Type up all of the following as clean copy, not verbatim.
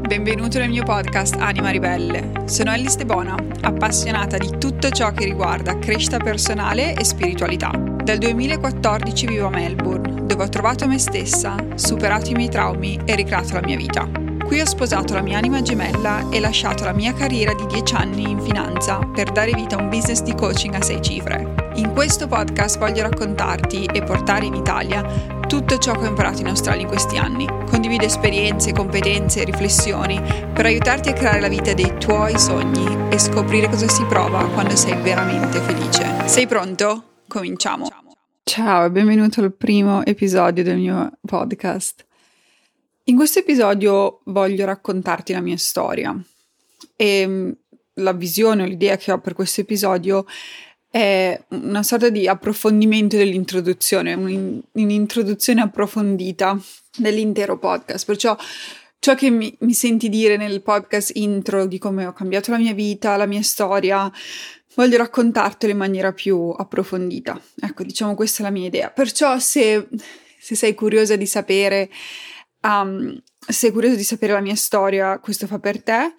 Benvenuto nel mio podcast Anima Ribelle. Sono Ellie Stebona, appassionata di tutto ciò che riguarda crescita personale e spiritualità. Dal 2014 vivo a Melbourne, dove ho trovato me stessa, superato i miei traumi e ricreato la mia vita. Qui ho sposato la mia anima gemella e lasciato la mia carriera di 10 anni in finanza per dare vita a un business di coaching a 6 cifre. In questo podcast voglio raccontarti e portare in Italia tutto ciò che ho imparato in Australia in questi anni. Condivido esperienze, competenze e riflessioni per aiutarti a creare la vita dei tuoi sogni e scoprire cosa si prova quando sei veramente felice. Sei pronto? Cominciamo! Ciao e benvenuto al primo episodio del mio podcast. In questo episodio voglio raccontarti la mia storia e la visione o l'idea che ho per questo episodio è una sorta di approfondimento dell'introduzione, un'introduzione approfondita dell'intero podcast. Perciò ciò che mi senti dire nel podcast intro di come ho cambiato la mia vita, la mia storia, voglio raccontartelo in maniera più approfondita. Ecco, diciamo questa è la mia idea. Perciò se sei curiosa di sapere, se sei curioso di sapere la mia storia, questo fa per te.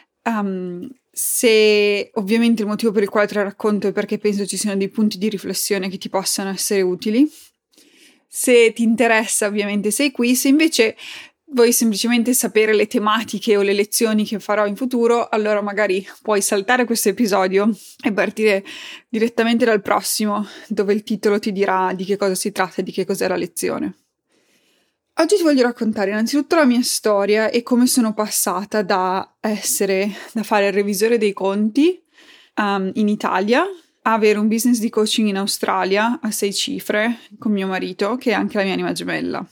Se ovviamente il motivo per il quale te la racconto è perché penso ci siano dei punti di riflessione che ti possano essere utili. Se ti interessa, ovviamente sei qui. Se invece vuoi semplicemente sapere le tematiche o le lezioni che farò in futuro, allora magari puoi saltare questo episodio e partire direttamente dal prossimo, dove il titolo ti dirà di che cosa si tratta e di che cos'è la lezione. Oggi ti voglio raccontare innanzitutto la mia storia e come sono passata da fare il revisore dei conti in Italia a avere un business di coaching in Australia a 6 cifre con mio marito, che è anche la mia anima gemella.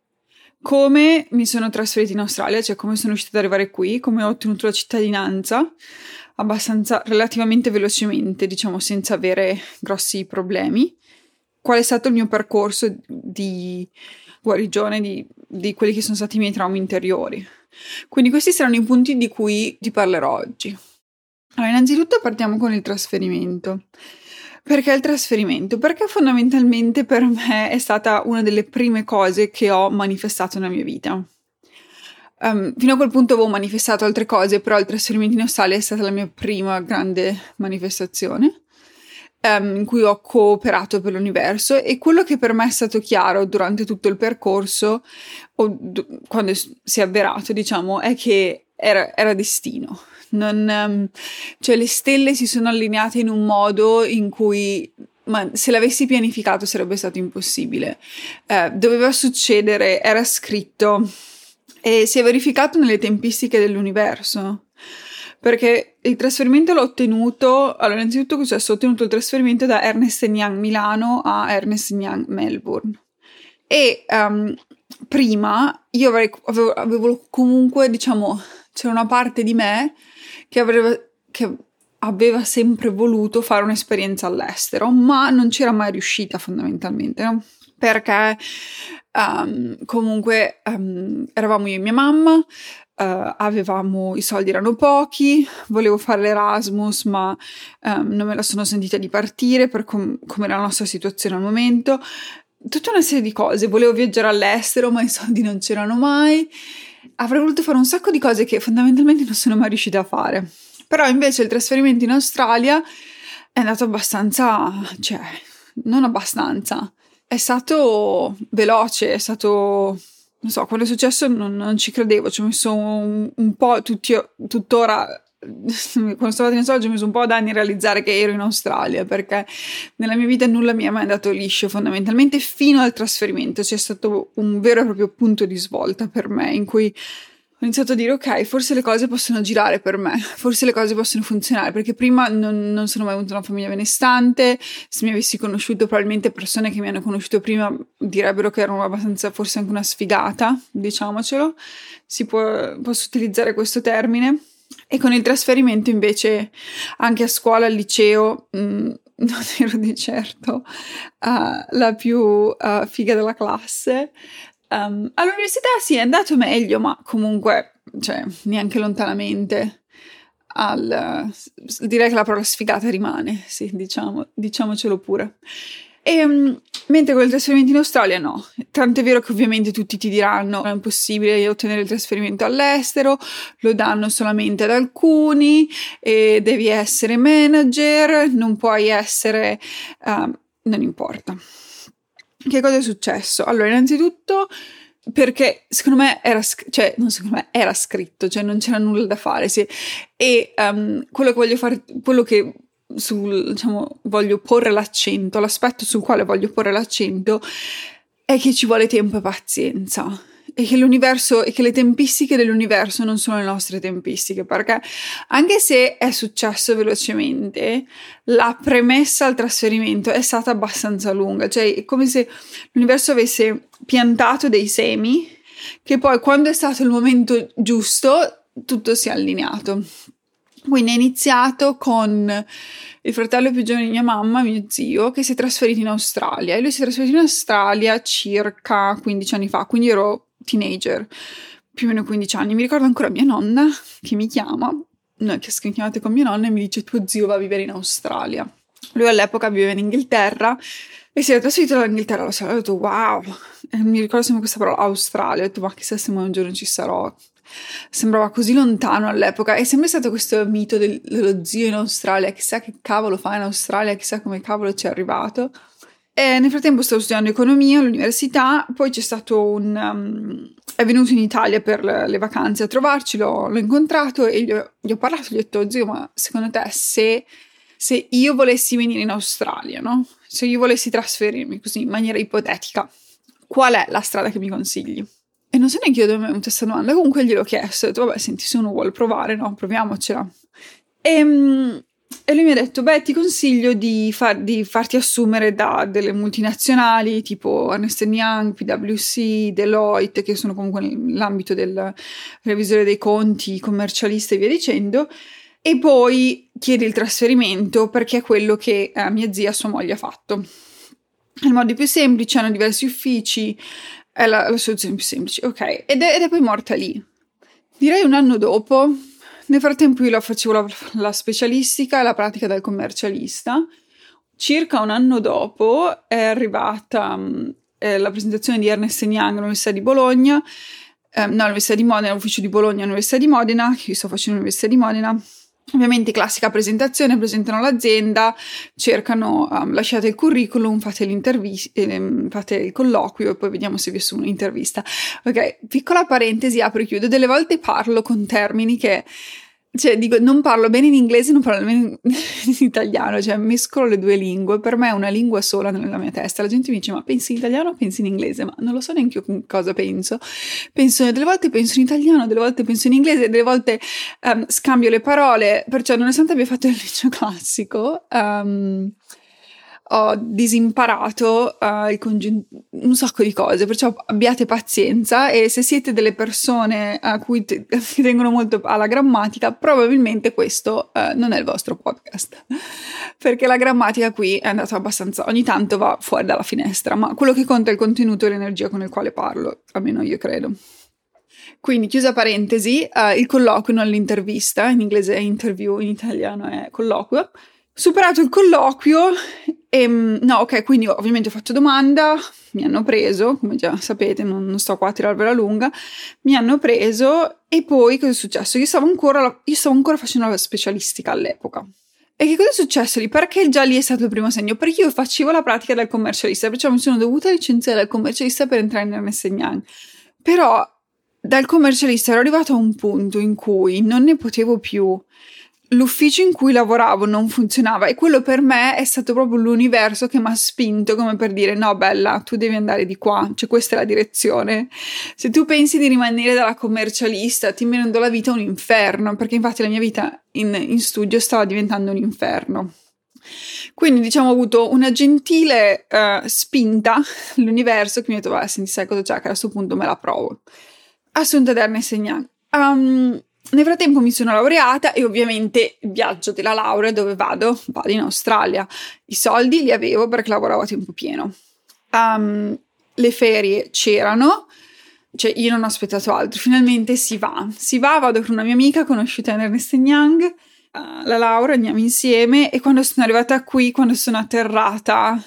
Come mi sono trasferita in Australia, cioè come sono riuscita ad arrivare qui, come ho ottenuto la cittadinanza abbastanza relativamente velocemente, diciamo senza avere grossi problemi. Qual è stato il mio percorso di guarigione di quelli che sono stati i miei traumi interiori. Quindi questi saranno i punti di cui ti parlerò oggi. Allora, innanzitutto partiamo con il trasferimento. Perché il trasferimento? Perché fondamentalmente per me è stata una delle prime cose che ho manifestato nella mia vita. Fino a quel punto avevo manifestato altre cose, però il trasferimento in Australia è stata la mia prima grande manifestazione, in cui ho cooperato per l'universo, e quello che per me è stato chiaro durante tutto il percorso, quando si è avverato, diciamo, è che era destino. Cioè le stelle si sono allineate in un modo in cui, ma se l'avessi pianificato sarebbe stato impossibile. Doveva succedere, era scritto e si è verificato nelle tempistiche dell'universo. Perché il trasferimento l'ho ottenuto, allora innanzitutto ho ottenuto il trasferimento da Ernst & Young Milano a Ernst & Young Melbourne. E prima io avevo comunque, diciamo, c'era una parte di me che aveva sempre voluto fare un'esperienza all'estero, ma non c'era mai riuscita fondamentalmente, no? Perché comunque eravamo io e mia mamma, i soldi erano pochi, volevo fare l'Erasmus ma non me la sono sentita di partire per come era la nostra situazione al momento, tutta una serie di cose, volevo viaggiare all'estero ma i soldi non c'erano mai, avrei voluto fare un sacco di cose che fondamentalmente non sono mai riuscita a fare. Però invece il trasferimento in Australia è andato abbastanza, cioè non abbastanza, è stato veloce, è stato, non so, quando è successo non ci credevo, ci ho messo un po', tuttora, quando stavo in Australia ci ho messo un po' d'anni a realizzare che ero in Australia, perché nella mia vita nulla mi è mai andato liscio fondamentalmente fino al trasferimento. C'è stato un vero e proprio punto di svolta per me in cui ho iniziato a dire ok, forse le cose possono girare per me, forse le cose possono funzionare, perché prima non sono mai avuta una famiglia benestante. Se mi avessi conosciuto, probabilmente persone che mi hanno conosciuto prima direbbero che ero abbastanza, forse anche una sfigata, diciamocelo, posso utilizzare questo termine. E con il trasferimento invece anche a scuola, al liceo, non ero di certo la più figa della classe. All'università sì, è andato meglio, ma comunque, cioè, neanche lontanamente direi che la parola sfigata rimane, sì, diciamocelo pure. Mentre con il trasferimento in Australia no, tanto è vero che ovviamente tutti ti diranno è impossibile ottenere il trasferimento all'estero, lo danno solamente ad alcuni e devi essere manager, non puoi essere, non importa. Che cosa è successo? Allora, innanzitutto perché secondo me era scritto, cioè non c'era nulla da fare, sì. E quello che voglio fare, quello che voglio porre l'accento, l'aspetto sul quale voglio porre l'accento è che ci vuole tempo e pazienza e che l'universo e che le tempistiche dell'universo non sono le nostre tempistiche, perché anche se è successo velocemente, la premessa al trasferimento è stata abbastanza lunga, cioè è come se l'universo avesse piantato dei semi che poi quando è stato il momento giusto tutto si è allineato. Quindi è iniziato con il fratello più giovane di mia mamma, mio zio, che si è trasferito in Australia. E lui si è trasferito in Australia circa 15 anni fa, quindi ero teenager, più o meno 15 anni. Mi ricordo ancora mia nonna che mi chiama, noi che chiamate con mia nonna, e mi dice tuo zio va a vivere in Australia. Lui all'epoca viveva in Inghilterra e si è trasferito dall'Inghilterra. Ho detto wow, e mi ricordo sempre questa parola Australia. Ho detto ma chissà se un giorno ci sarò. Sembrava così lontano all'epoca. È sempre stato questo mito dello zio in Australia, chissà che cavolo fa in Australia, chissà come cavolo ci è arrivato. E nel frattempo stavo studiando economia all'università, poi c'è stato è venuto in Italia per le vacanze a trovarci, l'ho incontrato e gli ho parlato, gli ho detto zio, ma secondo te se io volessi venire in Australia, no? Se io volessi trasferirmi così in maniera ipotetica, qual è la strada che mi consigli? E non so neanche io dove mi è venuta questa domanda, comunque gliel'ho chiesto, ho detto vabbè senti se uno vuole provare, no, proviamocela. E lui mi ha detto beh ti consiglio di farti assumere da delle multinazionali tipo Ernst Young, PwC, Deloitte, che sono comunque nell'ambito del revisore dei conti, commercialista e via dicendo, e poi chiedi il trasferimento perché è quello che mia zia, sua moglie, ha fatto. È il modo più semplice, hanno diversi uffici, è la soluzione più semplice, ok, ed è poi morta lì. Direi un anno dopo, nel frattempo io facevo la specialistica e la pratica del commercialista. Circa un anno dopo è arrivata la presentazione di Ernst Young all'Università di Bologna, all'Università di Modena, l'ufficio di Bologna all'Università di Modena, che io sto facendo all'Università di Modena. Ovviamente classica presentazione, presentano l'azienda, cercano, lasciate il curriculum, fate fate il colloquio e poi vediamo se vi assumono un'intervista. Ok, piccola parentesi, apro e chiudo, delle volte parlo con termini che, cioè dico, non parlo bene in inglese, non parlo bene in italiano, cioè mescolo le due lingue, per me è una lingua sola nella mia testa, la gente mi dice ma pensi in italiano o pensi in inglese? Ma non lo so neanche io cosa penso, delle volte penso in italiano, delle volte penso in inglese, delle volte scambio le parole, perciò nonostante abbia fatto il liceo classico, ho disimparato un sacco di cose, perciò abbiate pazienza e se siete delle persone a cui tengono molto alla grammatica, probabilmente questo non è il vostro podcast, perché la grammatica qui è andata abbastanza, ogni tanto va fuori dalla finestra, ma quello che conta è il contenuto e l'energia con il quale parlo, almeno io credo. Quindi, chiusa parentesi, il colloquio, non l'intervista, in inglese è interview, in italiano è colloquio. Superato il colloquio, quindi ovviamente ho fatto domanda, mi hanno preso, come già sapete, non sto qua a tirarvela lunga, mi hanno preso e poi cosa è successo? Io stavo ancora facendo la specialistica all'epoca. E che cosa è successo lì? Perché già lì è stato il primo segno? Perché io facevo la pratica del commercialista, perciò mi sono dovuta licenziare dal commercialista per entrare in Ernst Young. Però dal commercialista ero arrivata a un punto in cui non ne potevo più. L'ufficio in cui lavoravo non funzionava e quello per me è stato proprio l'universo che mi ha spinto come per dire no bella, tu devi andare di qua, cioè questa è la direzione. Se tu pensi di rimanere dalla commercialista ti rendo la vita un inferno, perché infatti la mia vita in studio stava diventando un inferno. Quindi diciamo ho avuto una gentile spinta l'universo che mi ha detto vai, senti sai cosa c'è, che a questo punto me la provo. Assunta da Ernst Young. Nel frattempo mi sono laureata e ovviamente il viaggio della laurea dove vado in Australia. I soldi li avevo perché lavoravo a tempo pieno. Le ferie c'erano, cioè io non ho aspettato altro. Finalmente si va, vado con una mia amica conosciuta in Ernst Young, la laurea, andiamo insieme e quando sono arrivata qui, quando sono atterrata,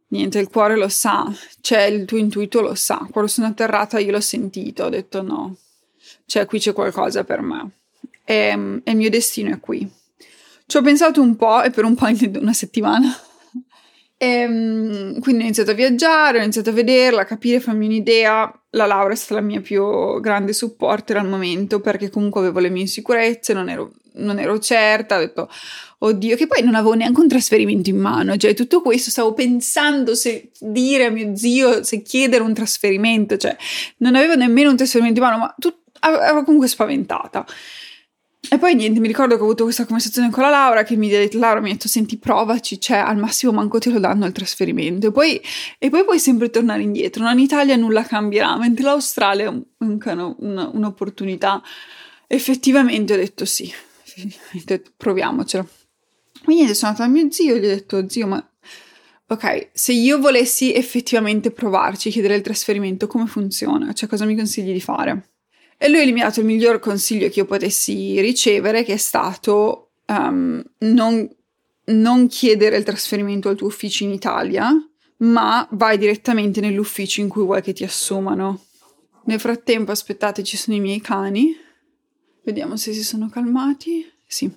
niente, il cuore lo sa, cioè il tuo intuito lo sa. Quando sono atterrata io l'ho sentito, ho detto no, cioè qui c'è qualcosa per me e il mio destino è qui. Ci ho pensato un po', e per un po' intendo una settimana. Quindi ho iniziato a viaggiare, ho iniziato a vederla, a capire, a farmi un'idea. La laurea è stata la mia più grande supporter al momento, perché comunque avevo le mie insicurezze, non ero certa, ho detto oddio, che poi non avevo neanche un trasferimento in mano, cioè tutto questo stavo pensando se dire a mio zio, se chiedere un trasferimento, cioè non avevo nemmeno un trasferimento in mano, ma ero comunque spaventata. E poi niente, mi ricordo che ho avuto questa conversazione con la Laura, che Laura mi ha detto senti, provaci, cioè al massimo manco te lo danno il trasferimento e poi puoi sempre tornare indietro, no? In Italia nulla cambierà, mentre l'Australia è un'opportunità. Effettivamente ho detto sì, proviamocela. Quindi niente, sono andata da mio zio e gli ho detto zio, ma ok, se io volessi effettivamente provarci, chiedere il trasferimento, come funziona? Cioè cosa mi consigli di fare? E lui mi ha dato il miglior consiglio che io potessi ricevere, che è stato non chiedere il trasferimento al tuo ufficio in Italia, ma vai direttamente nell'ufficio in cui vuoi che ti assumano. Nel frattempo, aspettate, ci sono i miei cani. Vediamo se si sono calmati. Sì.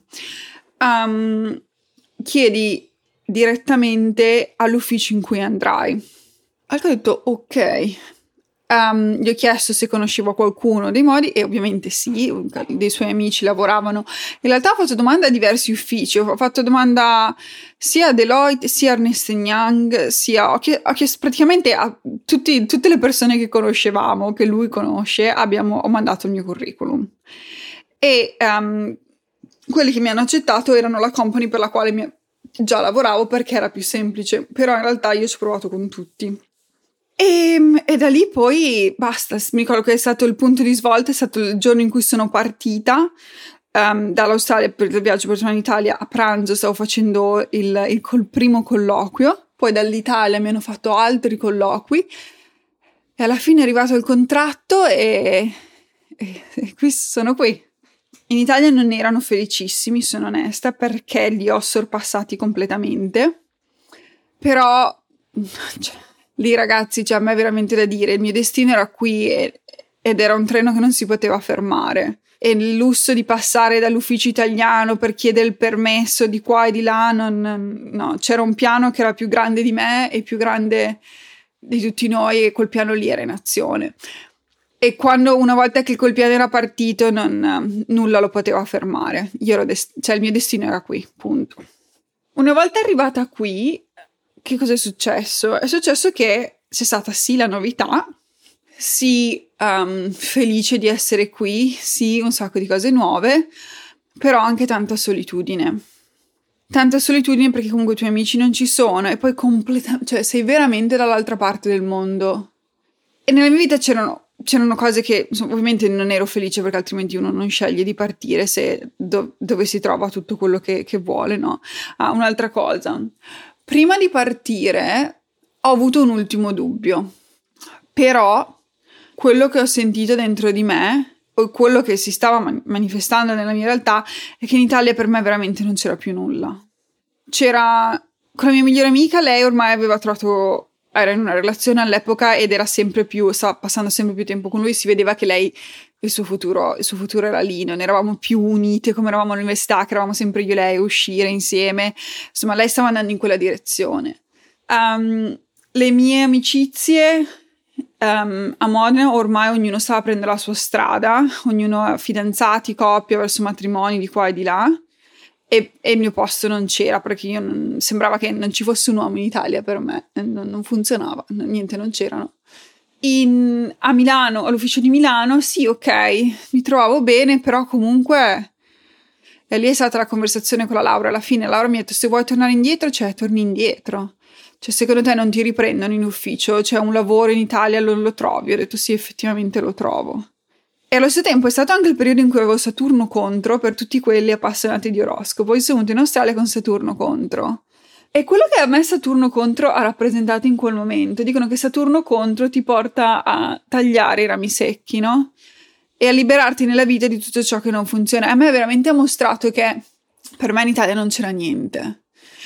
Chiedi direttamente all'ufficio in cui andrai. Allora ho detto ok. Gli ho chiesto se conoscevo qualcuno dei modi e ovviamente sì, dei suoi amici lavoravano. In realtà ho fatto domanda a diversi uffici, ho fatto domanda sia a Deloitte, sia a Ernst Young, ho chiesto praticamente a tutte le persone che conoscevamo, che lui conosce, ho mandato il mio curriculum. E quelli che mi hanno accettato erano la company per la quale già lavoravo, perché era più semplice, però in realtà io ci ho provato con tutti. E da lì poi basta, mi ricordo che è stato il punto di svolta, è stato il giorno in cui sono partita dall'Australia per il viaggio per tornare in Italia. A pranzo stavo facendo il primo colloquio, poi dall'Italia mi hanno fatto altri colloqui e alla fine è arrivato il contratto e qui sono qui. In Italia non erano felicissimi, sono onesta, perché li ho sorpassati completamente, però cioè, lì ragazzi, cioè a me è veramente da dire, il mio destino era qui ed era un treno che non si poteva fermare, e il lusso di passare dall'ufficio italiano per chiedere il permesso di qua e di là, no, c'era un piano che era più grande di me e più grande di tutti noi, e quel piano lì era in azione. E una volta che quel piano era partito, nulla lo poteva fermare. Cioè il mio destino era qui, punto. Una volta arrivata qui, che cosa è successo? È successo che c'è stata sì la novità, sì felice di essere qui, sì un sacco di cose nuove, però anche tanta solitudine. Tanta solitudine perché comunque i tuoi amici non ci sono e poi cioè sei veramente dall'altra parte del mondo. E nella mia vita c'erano cose che ovviamente non ero felice, perché altrimenti uno non sceglie di partire se dove si trova tutto quello che vuole, no? Un'altra cosa. Prima di partire ho avuto un ultimo dubbio, però quello che ho sentito dentro di me, o quello che si stava manifestando nella mia realtà, è che in Italia per me veramente non c'era più nulla. Con la mia migliore amica, lei ormai era in una relazione all'epoca ed stava passando sempre più tempo con lui, si vedeva che lei, il suo futuro era lì, non eravamo più unite come eravamo all'università, che eravamo sempre io e lei a uscire insieme, insomma lei stava andando in quella direzione. Le mie amicizie a Modena ormai ognuno stava prendendo la sua strada, ognuno fidanzati, coppie, verso matrimoni di qua e di là. E il mio posto non c'era, perché sembrava che non ci fosse un uomo in Italia per me, non funzionava, niente, non c'erano. A Milano, all'ufficio di Milano, sì, ok, mi trovavo bene, però comunque e lì è stata la conversazione con la Laura. Alla fine Laura mi ha detto: se vuoi tornare indietro, cioè torni indietro, cioè secondo te non ti riprendono in ufficio, c'è un lavoro in Italia, lo trovi? Ho detto sì, effettivamente lo trovo. E allo stesso tempo è stato anche il periodo in cui avevo Saturno contro, per tutti quelli appassionati di oroscopo. Poi sono venuta in Australia con Saturno contro. E quello che a me Saturno contro ha rappresentato in quel momento, dicono che Saturno contro ti porta a tagliare i rami secchi, no? E a liberarti nella vita di tutto ciò che non funziona. A me veramente ha mostrato che per me in Italia non c'era niente.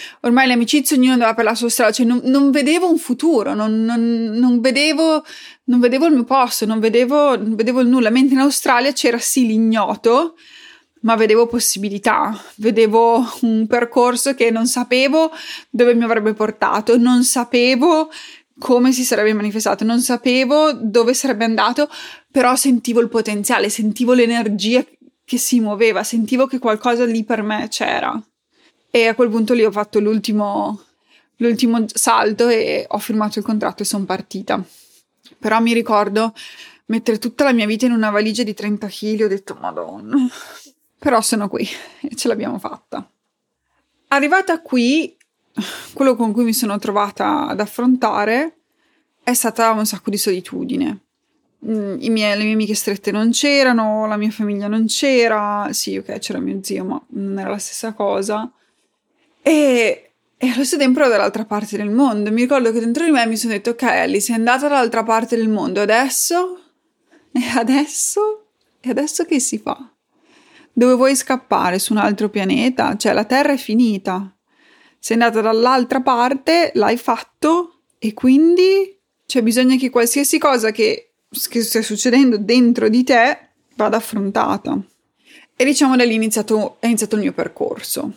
ormai le amicizie ognuno andava per la sua strada, cioè non vedevo un futuro, non vedevo il mio posto, non vedevo il nulla, mentre in Australia c'era sì l'ignoto, ma vedevo possibilità, vedevo un percorso che non sapevo dove mi avrebbe portato, non sapevo come si sarebbe manifestato, non sapevo dove sarebbe andato, però sentivo il potenziale, sentivo l'energia che si muoveva, sentivo che qualcosa lì per me c'era. E a quel punto lì ho fatto l'ultimo salto e ho firmato il contratto e sono partita. Però mi ricordo mettere tutta la mia vita in una valigia di 30 kg, ho detto Madonna. Però sono qui e ce l'abbiamo fatta. Arrivata qui, quello con cui mi sono trovata ad affrontare è stata un sacco di solitudine. Le mie amiche strette non c'erano, la mia famiglia non c'era, sì, ok, c'era mio zio, ma non era la stessa cosa. E allo stesso tempo ero dall'altra parte del mondo. Mi ricordo che dentro di me mi sono detto, ok, Ellie, sei andata dall'altra parte del mondo, adesso? E adesso che si fa? Dove vuoi scappare? Su un altro pianeta? Cioè, la Terra è finita. Sei andata dall'altra parte, l'hai fatto, e quindi c'è bisogno che qualsiasi cosa che stia succedendo dentro di te vada affrontata. E diciamo da lì è iniziato il mio percorso.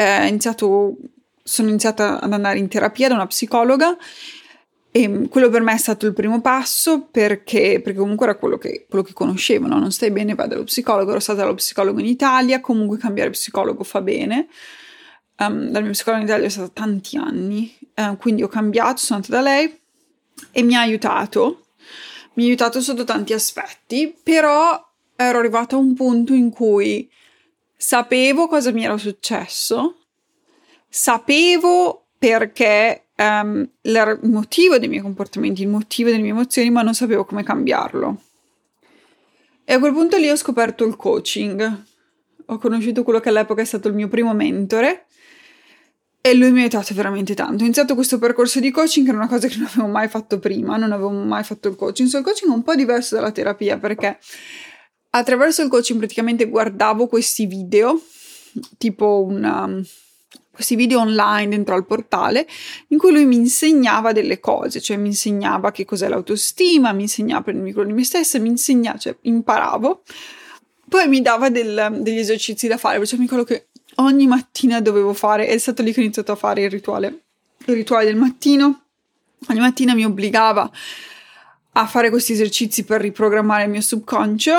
Sono iniziata ad andare in terapia da una psicologa e quello per me è stato il primo passo perché comunque era quello che conoscevo, no? Non stai bene, vai dallo psicologo, ero stata dallo psicologo in Italia, comunque cambiare psicologo fa bene. Dal mio psicologo in Italia è stato tanti anni, quindi ho cambiato, sono andata da lei e mi ha aiutato sotto tanti aspetti, però ero arrivata a un punto in cui sapevo cosa mi era successo, sapevo perché il motivo dei miei comportamenti, il motivo delle mie emozioni, ma non sapevo come cambiarlo. E a quel punto lì ho scoperto il coaching. Ho conosciuto quello che all'epoca è stato il mio primo mentore e lui mi ha aiutato veramente tanto. Ho iniziato questo percorso di coaching che era una cosa che non avevo mai fatto prima, non avevo mai fatto il coaching. Il coaching è un po' diverso dalla terapia perché attraverso il coaching praticamente guardavo questi video, tipo questi video online dentro al portale, in cui lui mi insegnava delle cose, cioè mi insegnava che cos'è l'autostima, mi insegnava a prendermi cura di me stessa, mi insegnava, cioè imparavo. Poi mi dava degli esercizi da fare, perciò mi ricordo che ogni mattina dovevo fare, è stato lì che ho iniziato a fare il rituale del mattino. Ogni mattina mi obbligava a fare questi esercizi per riprogrammare il mio subconscio,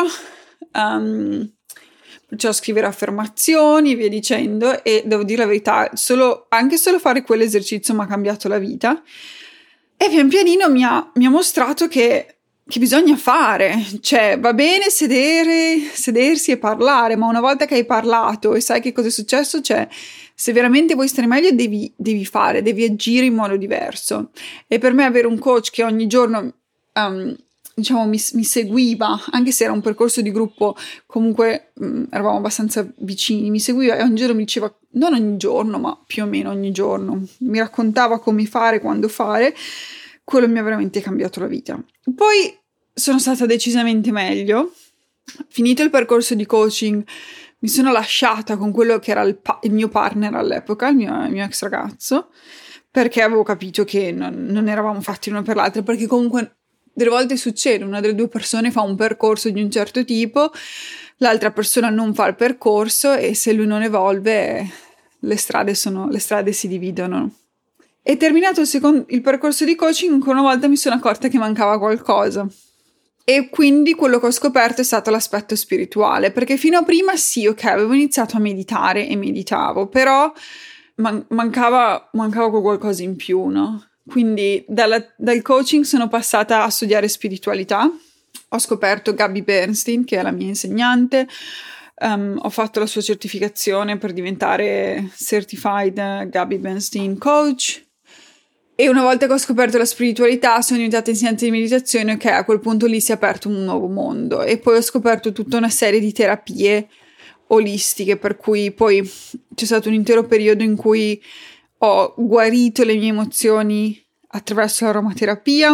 perciò scrivere affermazioni e via dicendo, e devo dire la verità, anche solo fare quell'esercizio mi ha cambiato la vita e pian pianino mi ha mostrato che bisogna fare, cioè va bene sedersi e parlare, ma una volta che hai parlato e sai che cosa è successo, cioè se veramente vuoi stare meglio devi fare, devi agire in modo diverso. E per me avere un coach che ogni giorno diciamo mi seguiva, anche se era un percorso di gruppo, comunque eravamo abbastanza vicini, mi seguiva e ogni giorno mi diceva, non ogni giorno, ma più o meno ogni giorno, mi raccontava come fare, quando fare, quello mi ha veramente cambiato la vita. Poi sono stata decisamente meglio. Finito il percorso di coaching, mi sono lasciata con quello che era il mio partner all'epoca, il mio ex ragazzo, perché avevo capito che non eravamo fatti l'uno per l'altro, perché comunque delle volte succede, una delle due persone fa un percorso di un certo tipo, l'altra persona non fa il percorso e se lui non evolve le strade si dividono. E terminato il percorso di coaching, ancora una volta mi sono accorta che mancava qualcosa. E quindi quello che ho scoperto è stato l'aspetto spirituale, perché fino a prima sì, ok, avevo iniziato a meditare e meditavo, però mancava qualcosa in più, no? Quindi dal coaching sono passata a studiare spiritualità, ho scoperto Gabby Bernstein, che è la mia insegnante, ho fatto la sua certificazione per diventare Certified Gabby Bernstein Coach. E una volta che ho scoperto la spiritualità, sono diventata insegnante di meditazione, che a quel punto lì si è aperto un nuovo mondo. E poi ho scoperto tutta una serie di terapie olistiche, per cui poi c'è stato un intero periodo in cui ho guarito le mie emozioni attraverso l'aromaterapia,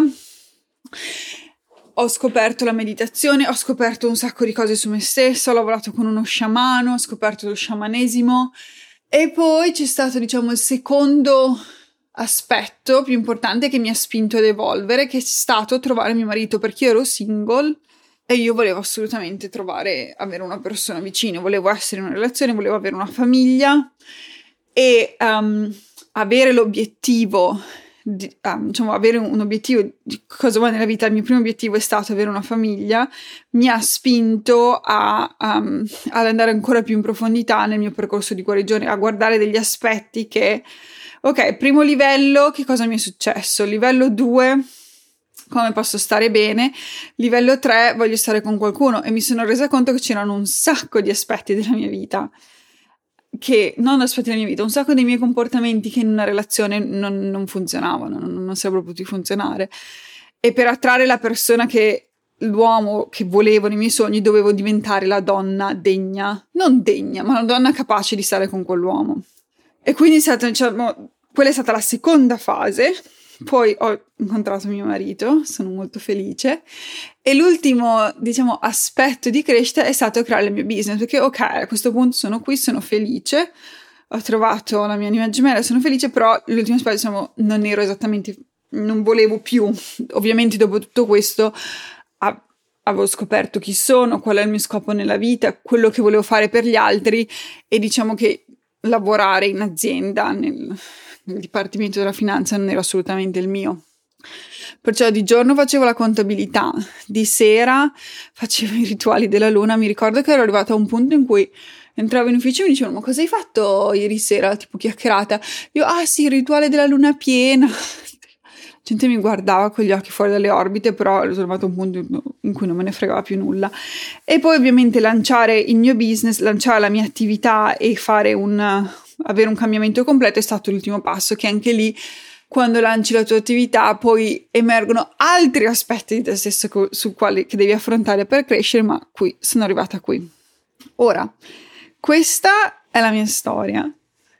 ho scoperto la meditazione, ho scoperto un sacco di cose su me stessa, ho lavorato con uno sciamano, ho scoperto lo sciamanesimo. E poi c'è stato, diciamo, il secondo aspetto più importante che mi ha spinto ad evolvere, che è stato trovare mio marito, perché io ero single e io volevo assolutamente avere una persona vicino, volevo essere in una relazione, volevo avere una famiglia e avere l'obiettivo, avere un obiettivo di cosa vuoi nella vita. Il mio primo obiettivo è stato avere una famiglia, mi ha spinto ad andare ancora più in profondità nel mio percorso di guarigione, a guardare degli aspetti che, ok, primo livello, che cosa mi è successo? Livello 2, come posso stare bene? Livello 3, voglio stare con qualcuno, e mi sono resa conto che c'erano un sacco di aspetti della mia vita, un sacco dei miei comportamenti che in una relazione non funzionavano, non sarebbero potuti funzionare. E per attrarre l'uomo che volevo nei miei sogni, dovevo diventare la donna degna, non degna, ma la donna capace di stare con quell'uomo. E quindi quella è stata la seconda fase. Poi ho incontrato mio marito, sono molto felice, e l'ultimo, diciamo, aspetto di crescita è stato creare il mio business, perché ok, a questo punto sono qui, sono felice, ho trovato la mia anima gemella, sono felice, però l'ultimo aspetto, diciamo, non volevo più. Ovviamente dopo tutto questo avevo scoperto chi sono, qual è il mio scopo nella vita, quello che volevo fare per gli altri, e diciamo che lavorare in azienda, nel dipartimento della finanza, non era assolutamente il mio. Perciò di giorno facevo la contabilità, di sera facevo i rituali della luna. Mi ricordo che ero arrivata a un punto in cui entravo in ufficio e mi dicevano: ma cosa hai fatto ieri sera? Tipo chiacchierata. Io, sì, il rituale della luna piena. La gente mi guardava con gli occhi fuori dalle orbite, però ero arrivato a un punto in cui non me ne fregava più nulla. E poi ovviamente lanciare il mio business, lanciare la mia attività e avere un cambiamento completo è stato l'ultimo passo, che anche lì, quando lanci la tua attività, poi emergono altri aspetti di te stesso che devi affrontare per crescere, ma qui sono arrivata qui. Ora, questa è la mia storia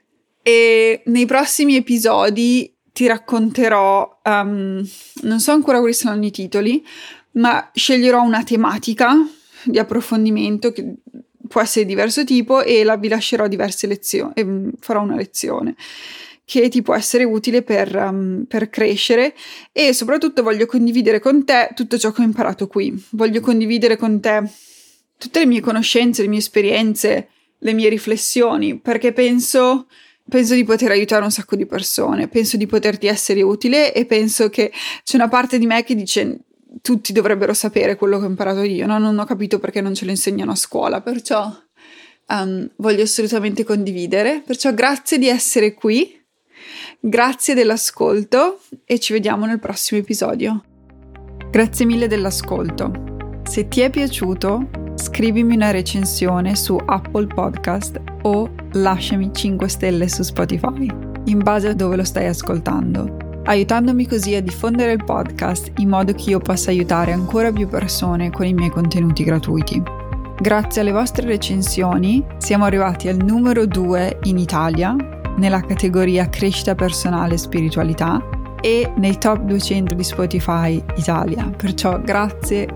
e nei prossimi episodi ti racconterò, non so ancora quali saranno i titoli, ma sceglierò una tematica di approfondimento che può essere di diverso tipo e vi lascerò diverse lezioni, farò una lezione che ti può essere utile per crescere, e soprattutto voglio condividere con te tutto ciò che ho imparato qui. Voglio condividere con te tutte le mie conoscenze, le mie esperienze, le mie riflessioni, perché penso di poter aiutare un sacco di persone, penso di poterti essere utile, e penso che c'è una parte di me che dice: tutti dovrebbero sapere quello che ho imparato io, no? Non ho capito perché non ce lo insegnano a scuola, perciò voglio assolutamente condividere. Perciò grazie di essere qui, grazie dell'ascolto e ci vediamo nel prossimo episodio. Grazie mille dell'ascolto. Se ti è piaciuto, scrivimi una recensione su Apple Podcast o lasciami 5 stelle su Spotify, in base a dove lo stai ascoltando, aiutandomi così a diffondere il podcast in modo che io possa aiutare ancora più persone con i miei contenuti gratuiti. Grazie alle vostre recensioni siamo arrivati al numero 2 in Italia nella categoria crescita personale e spiritualità e nei top 200 di Spotify Italia, perciò grazie.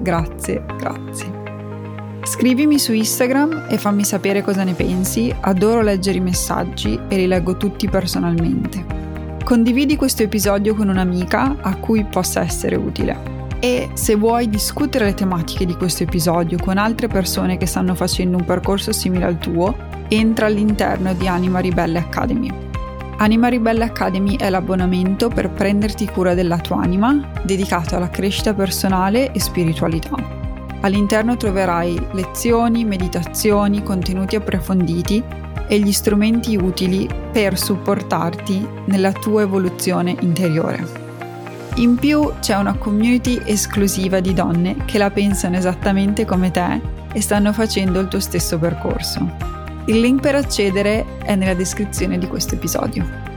Scrivimi su Instagram e fammi sapere cosa ne pensi, adoro leggere i messaggi e li leggo tutti personalmente. Condividi questo episodio con un'amica a cui possa essere utile. E se vuoi discutere le tematiche di questo episodio con altre persone che stanno facendo un percorso simile al tuo, entra all'interno di Anima Ribelle Academy. Anima Ribelle Academy è l'abbonamento per prenderti cura della tua anima, dedicato alla crescita personale e spiritualità. All'interno troverai lezioni, meditazioni, contenuti approfonditi e gli strumenti utili per supportarti nella tua evoluzione interiore. In più c'è una community esclusiva di donne che la pensano esattamente come te e stanno facendo il tuo stesso percorso. Il link per accedere è nella descrizione di questo episodio.